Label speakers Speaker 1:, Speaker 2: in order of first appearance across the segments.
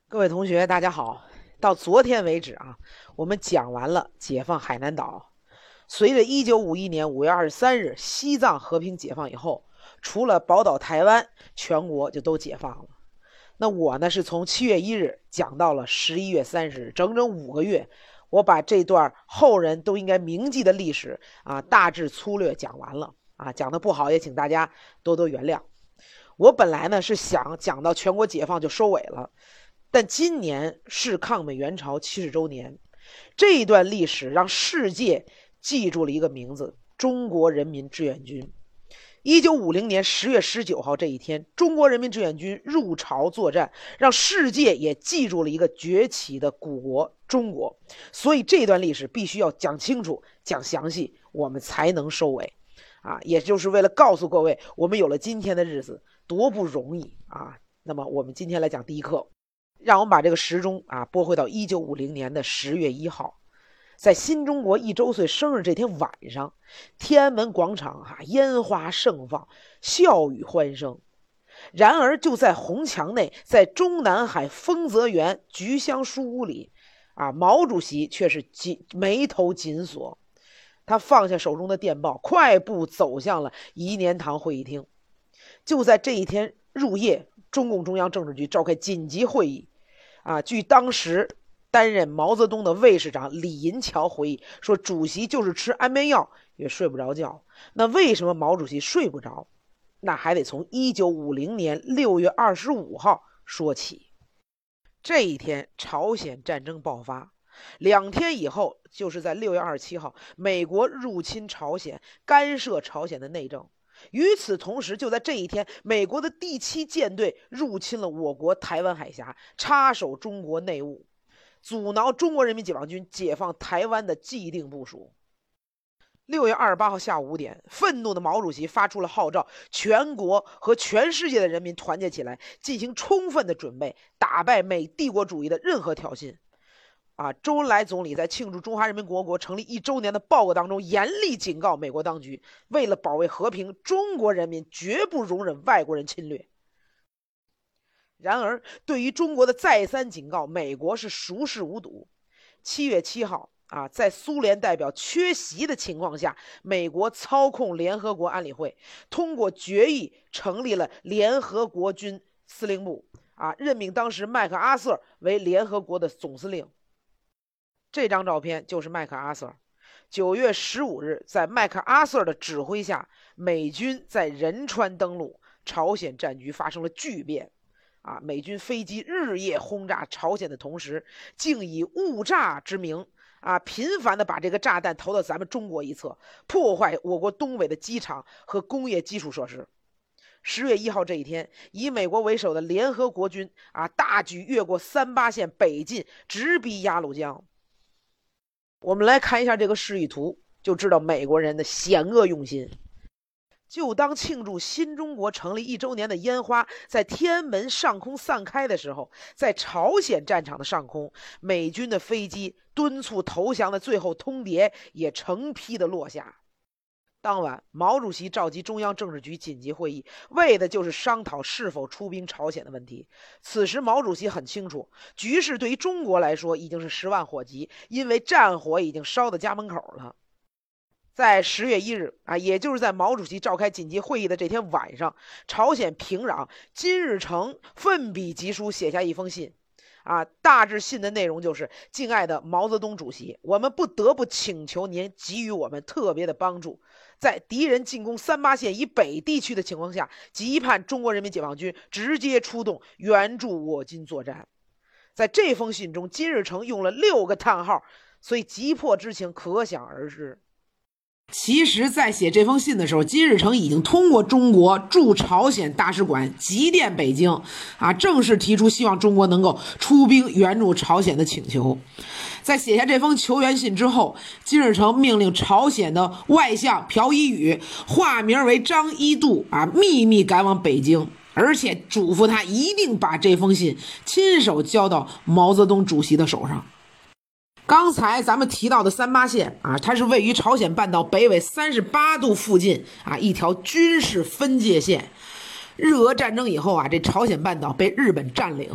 Speaker 1: 各位同学，大家好。到昨天为止我们讲完了解放海南岛。随着1951年5月23日西藏和平解放以后，除了宝岛台湾，全国就都解放了。那我呢是从7月1日讲到了11月30日，整整5个月，我把这段后人都应该铭记的历史大致粗略讲完了讲的不好也请大家多多原谅。我本来呢是想讲到全国解放就收尾了。但今年是抗美援朝70周年，这一段历史让世界记住了一个名字——中国人民志愿军。1950年10月19号这一天，中国人民志愿军入朝作战，让世界也记住了一个崛起的古国中国。所以这段历史必须要讲清楚、讲详细，我们才能收尾也就是为了告诉各位，我们有了今天的日子多不容易那么我们今天来讲第一课。让我们把这个时钟拨回到1950年的10月1号，在新中国1周岁生日这天晚上，天安门广场烟花盛放，笑语欢声。然而就在红墙内，在中南海丰泽园菊香书屋里毛主席却是眉头紧锁，他放下手中的电报，快步走向了颐年堂会议厅。就在这一天入夜，中共中央政治局召开紧急会议据当时担任毛泽东的卫士长李银桥回忆说，主席就是吃安眠药也睡不着觉。那为什么毛主席睡不着？那还得从1950年6月25号说起。这一天朝鲜战争爆发，2天以后，就是在6月27号，美国入侵朝鲜，干涉朝鲜的内政。与此同时，就在这一天，美国的第7舰队入侵了我国台湾海峡，插手中国内务，阻挠中国人民解放军解放台湾的既定部署。6月28号下午5点，愤怒的毛主席发出了号召，全国和全世界的人民团结起来，进行充分的准备，打败美帝国主义的任何挑衅。周恩来总理在庆祝中华人民共和国成立1周年的报告当中，严厉警告美国当局，为了保卫和平，中国人民绝不容忍外国人侵略。然而，对于中国的再三警告，美国是熟视无睹。7月7号在苏联代表缺席的情况下，美国操控联合国安理会，通过决议成立了联合国军司令部任命当时麦克阿瑟为联合国的总司令。这张照片就是麦克阿瑟。9月15日，在麦克阿瑟的指挥下，美军在仁川登陆，朝鲜战局发生了巨变。美军飞机日夜轰炸朝鲜的同时，竟以误炸之名频繁地把这个炸弹投到咱们中国一侧，破坏我国东北的机场和工业基础设施。10月1号这一天，以美国为首的联合国军大举越过38线北进，直逼鸭绿江。我们来看一下这个示意图，就知道美国人的险恶用心。就当庆祝新中国成立1周年的烟花在天安门上空散开的时候，在朝鲜战场的上空，美军的飞机敦促投降的最后通牒也成批的落下。当晚，毛主席召集中央政治局紧急会议，为的就是商讨是否出兵朝鲜的问题。此时毛主席很清楚，局势对于中国来说已经是10万火急，因为战火已经烧到家门口了。在10月1日也就是在毛主席召开紧急会议的这天晚上，朝鲜平壤金日成奋笔疾书写下一封信大致信的内容就是：敬爱的毛泽东主席，我们不得不请求您给予我们特别的帮助，在敌人进攻38线以北地区的情况下，急盼中国人民解放军直接出动援助我军作战。在这封信中，金日成用了6个叹号，所以急迫之情可想而知。其实在写这封信的时候，金日成已经通过中国驻朝鲜大使馆急电北京正式提出希望中国能够出兵援助朝鲜的请求。在写下这封求援信之后，金日成命令朝鲜的外相朴一宇化名为张一度秘密赶往北京，而且嘱咐他一定把这封信亲手交到毛泽东主席的手上。刚才咱们提到的38线它是位于朝鲜半岛北纬38度附近一条军事分界线。日俄战争以后这朝鲜半岛被日本占领，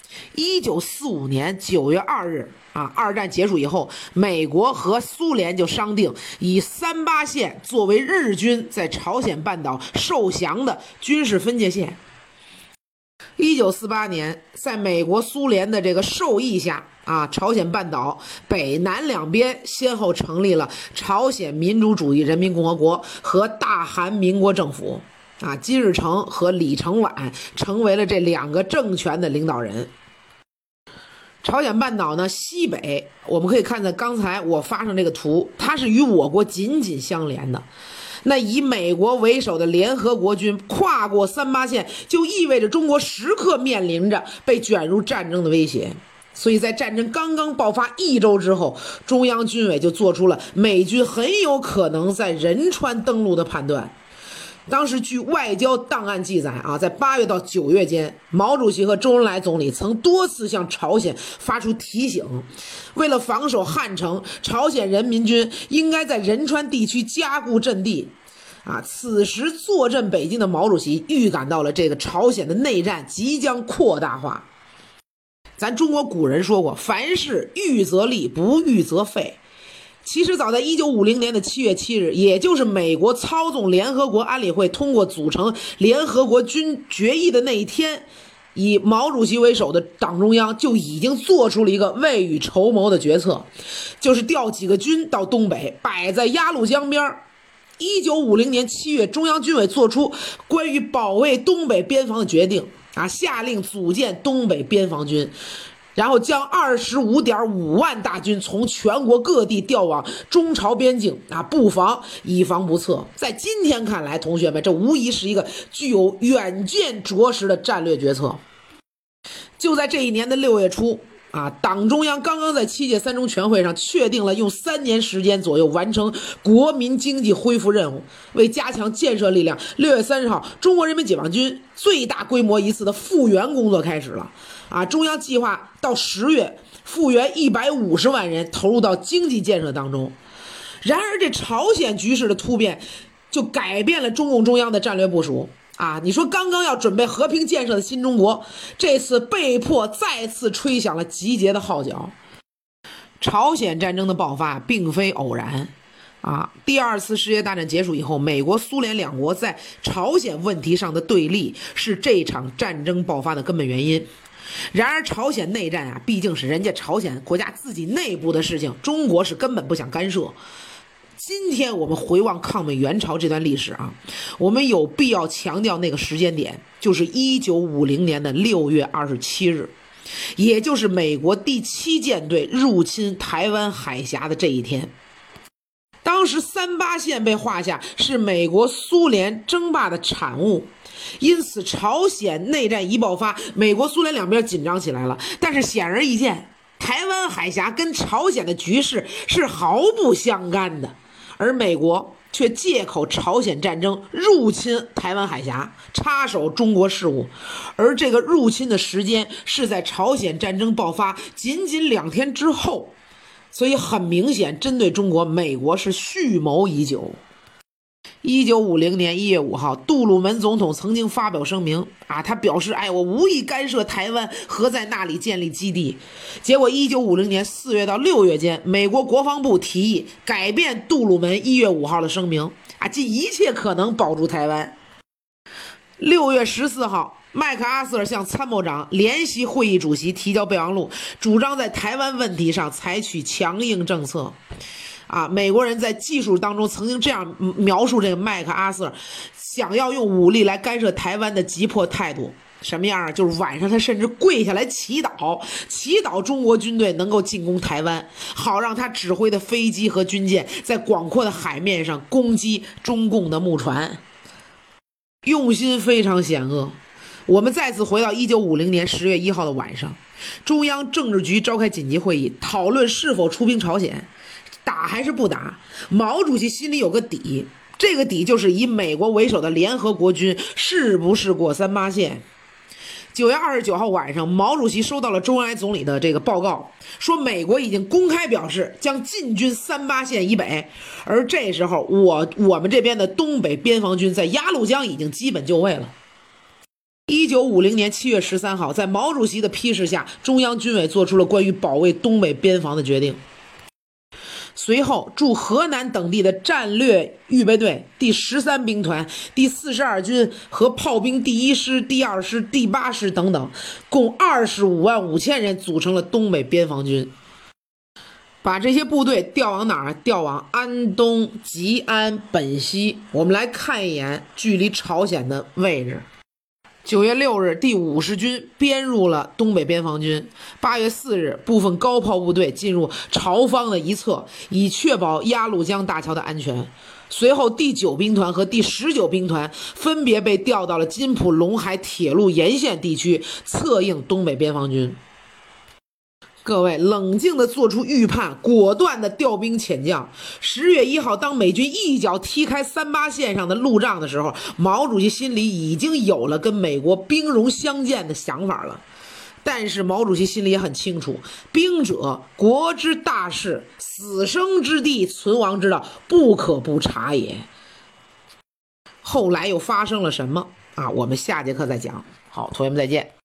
Speaker 1: 1945年9月2日啊，二战结束以后，美国和苏联就商定以三八线作为日军在朝鲜半岛受降的军事分界线。1948年，在美国、苏联的这个授意下啊，朝鲜半岛北南两边先后成立了朝鲜民主主义人民共和国和大韩民国政府啊，金日成和李承晚成为了这两个政权的领导人。朝鲜半岛呢，西北我们可以看在刚才我发上这个图，它是与我国紧紧相连的。那以美国为首的联合国军跨过三八线，就意味着中国时刻面临着被卷入战争的威胁。所以在战争刚刚爆发1周之后，中央军委就做出了美军很有可能在仁川登陆的判断。当时据外交档案记载啊，在8月到9月间，毛主席和周恩来总理曾多次向朝鲜发出提醒，为了防守汉城，朝鲜人民军应该在仁川地区加固阵地。此时坐镇北京的毛主席预感到了这个朝鲜的内战即将扩大化。咱中国古人说过，凡事预则立，不预则废。其实早在1950年的7月7日，也就是美国操纵联合国安理会通过组成联合国军决议的那一天，以毛主席为首的党中央就已经做出了一个未雨绸缪的决策，就是调几个军到东北，摆在鸭绿江边。1950年7月，中央军委做出关于保卫东北边防的决定下令组建东北边防军，然后将25.5万大军从全国各地调往中朝边境布防，以防不测。在今天看来，同学们，这无疑是一个具有远见卓识的战略决策。就在这一年的6月初党中央刚刚在7届3中全会上确定了用3年时间左右完成国民经济恢复任务。为加强建设力量，6月30号，中国人民解放军最大规模一次的复员工作开始了中央计划到10月复员150万人，投入到经济建设当中。然而这朝鲜局势的突变就改变了中共中央的战略部署你说刚刚要准备和平建设的新中国，这次被迫再次吹响了集结的号角。朝鲜战争的爆发并非偶然第二次世界大战结束以后，美国、苏联两国在朝鲜问题上的对立是这场战争爆发的根本原因。然而朝鲜内战毕竟是人家朝鲜国家自己内部的事情，中国是根本不想干涉。今天我们回望抗美援朝这段历史我们有必要强调那个时间点，就是1950年的6月27日，也就是美国第7舰队入侵台湾海峡的这一天。当时三八线被划下是美国苏联争霸的产物，因此朝鲜内战一爆发，美国苏联两边紧张起来了。但是显而易见，台湾海峡跟朝鲜的局势是毫不相干的，而美国却借口朝鲜战争入侵台湾海峡，插手中国事务。而这个入侵的时间是在朝鲜战争爆发仅仅2天之后，所以很明显，针对中国，美国是蓄谋已久。1950年1月5号，杜鲁门总统曾经发表声明他表示我无意干涉台湾和在那里建立基地。结果1950年4月到6月间，美国国防部提议改变杜鲁门1月5号的声明尽一切可能保住台湾。6月14号，麦克阿瑟向参谋长联席会议主席提交备忘录，主张在台湾问题上采取强硬政策美国人在技术当中曾经这样描述这个麦克阿瑟想要用武力来干涉台湾的急迫态度，什么样就是晚上他甚至跪下来祈祷中国军队能够进攻台湾，好让他指挥的飞机和军舰在广阔的海面上攻击中共的木船，用心非常险恶。我们再次回到1950年10月1号的晚上，中央政治局召开紧急会议，讨论是否出兵朝鲜，打还是不打。毛主席心里有个底，这个底就是以美国为首的联合国军是不是过三八线。9月29号晚上，毛主席收到了周恩来总理的这个报告，说美国已经公开表示将进军三八线以北，而这时候我们这边的东北边防军在鸭绿江已经基本就位了。 1950年7月13号，在毛主席的批示下，中央军委做出了关于保卫东北边防的决定。随后，驻河南等地的战略预备队第13兵团、第42军和炮兵第1师、第2师、第8师等等，共25万5千人组成了东北边防军。把这些部队调往哪儿？调往安东、吉安、本溪。我们来看一眼距离朝鲜的位置。9月6日，第50军编入了东北边防军。8月4日，部分高炮部队进入朝方的一侧，以确保鸭绿江大桥的安全。随后，第9兵团和第19兵团分别被调到了津浦陇海铁路沿线地区，策应东北边防军。各位冷静地做出预判，果断地调兵遣将。10月1号，当美军一脚踢开38线上的路障的时候，毛主席心里已经有了跟美国兵戎相见的想法了。但是毛主席心里也很清楚，兵者，国之大事，死生之地，存亡之道，不可不察也。后来又发生了什么啊？我们下节课再讲。好，同学们再见。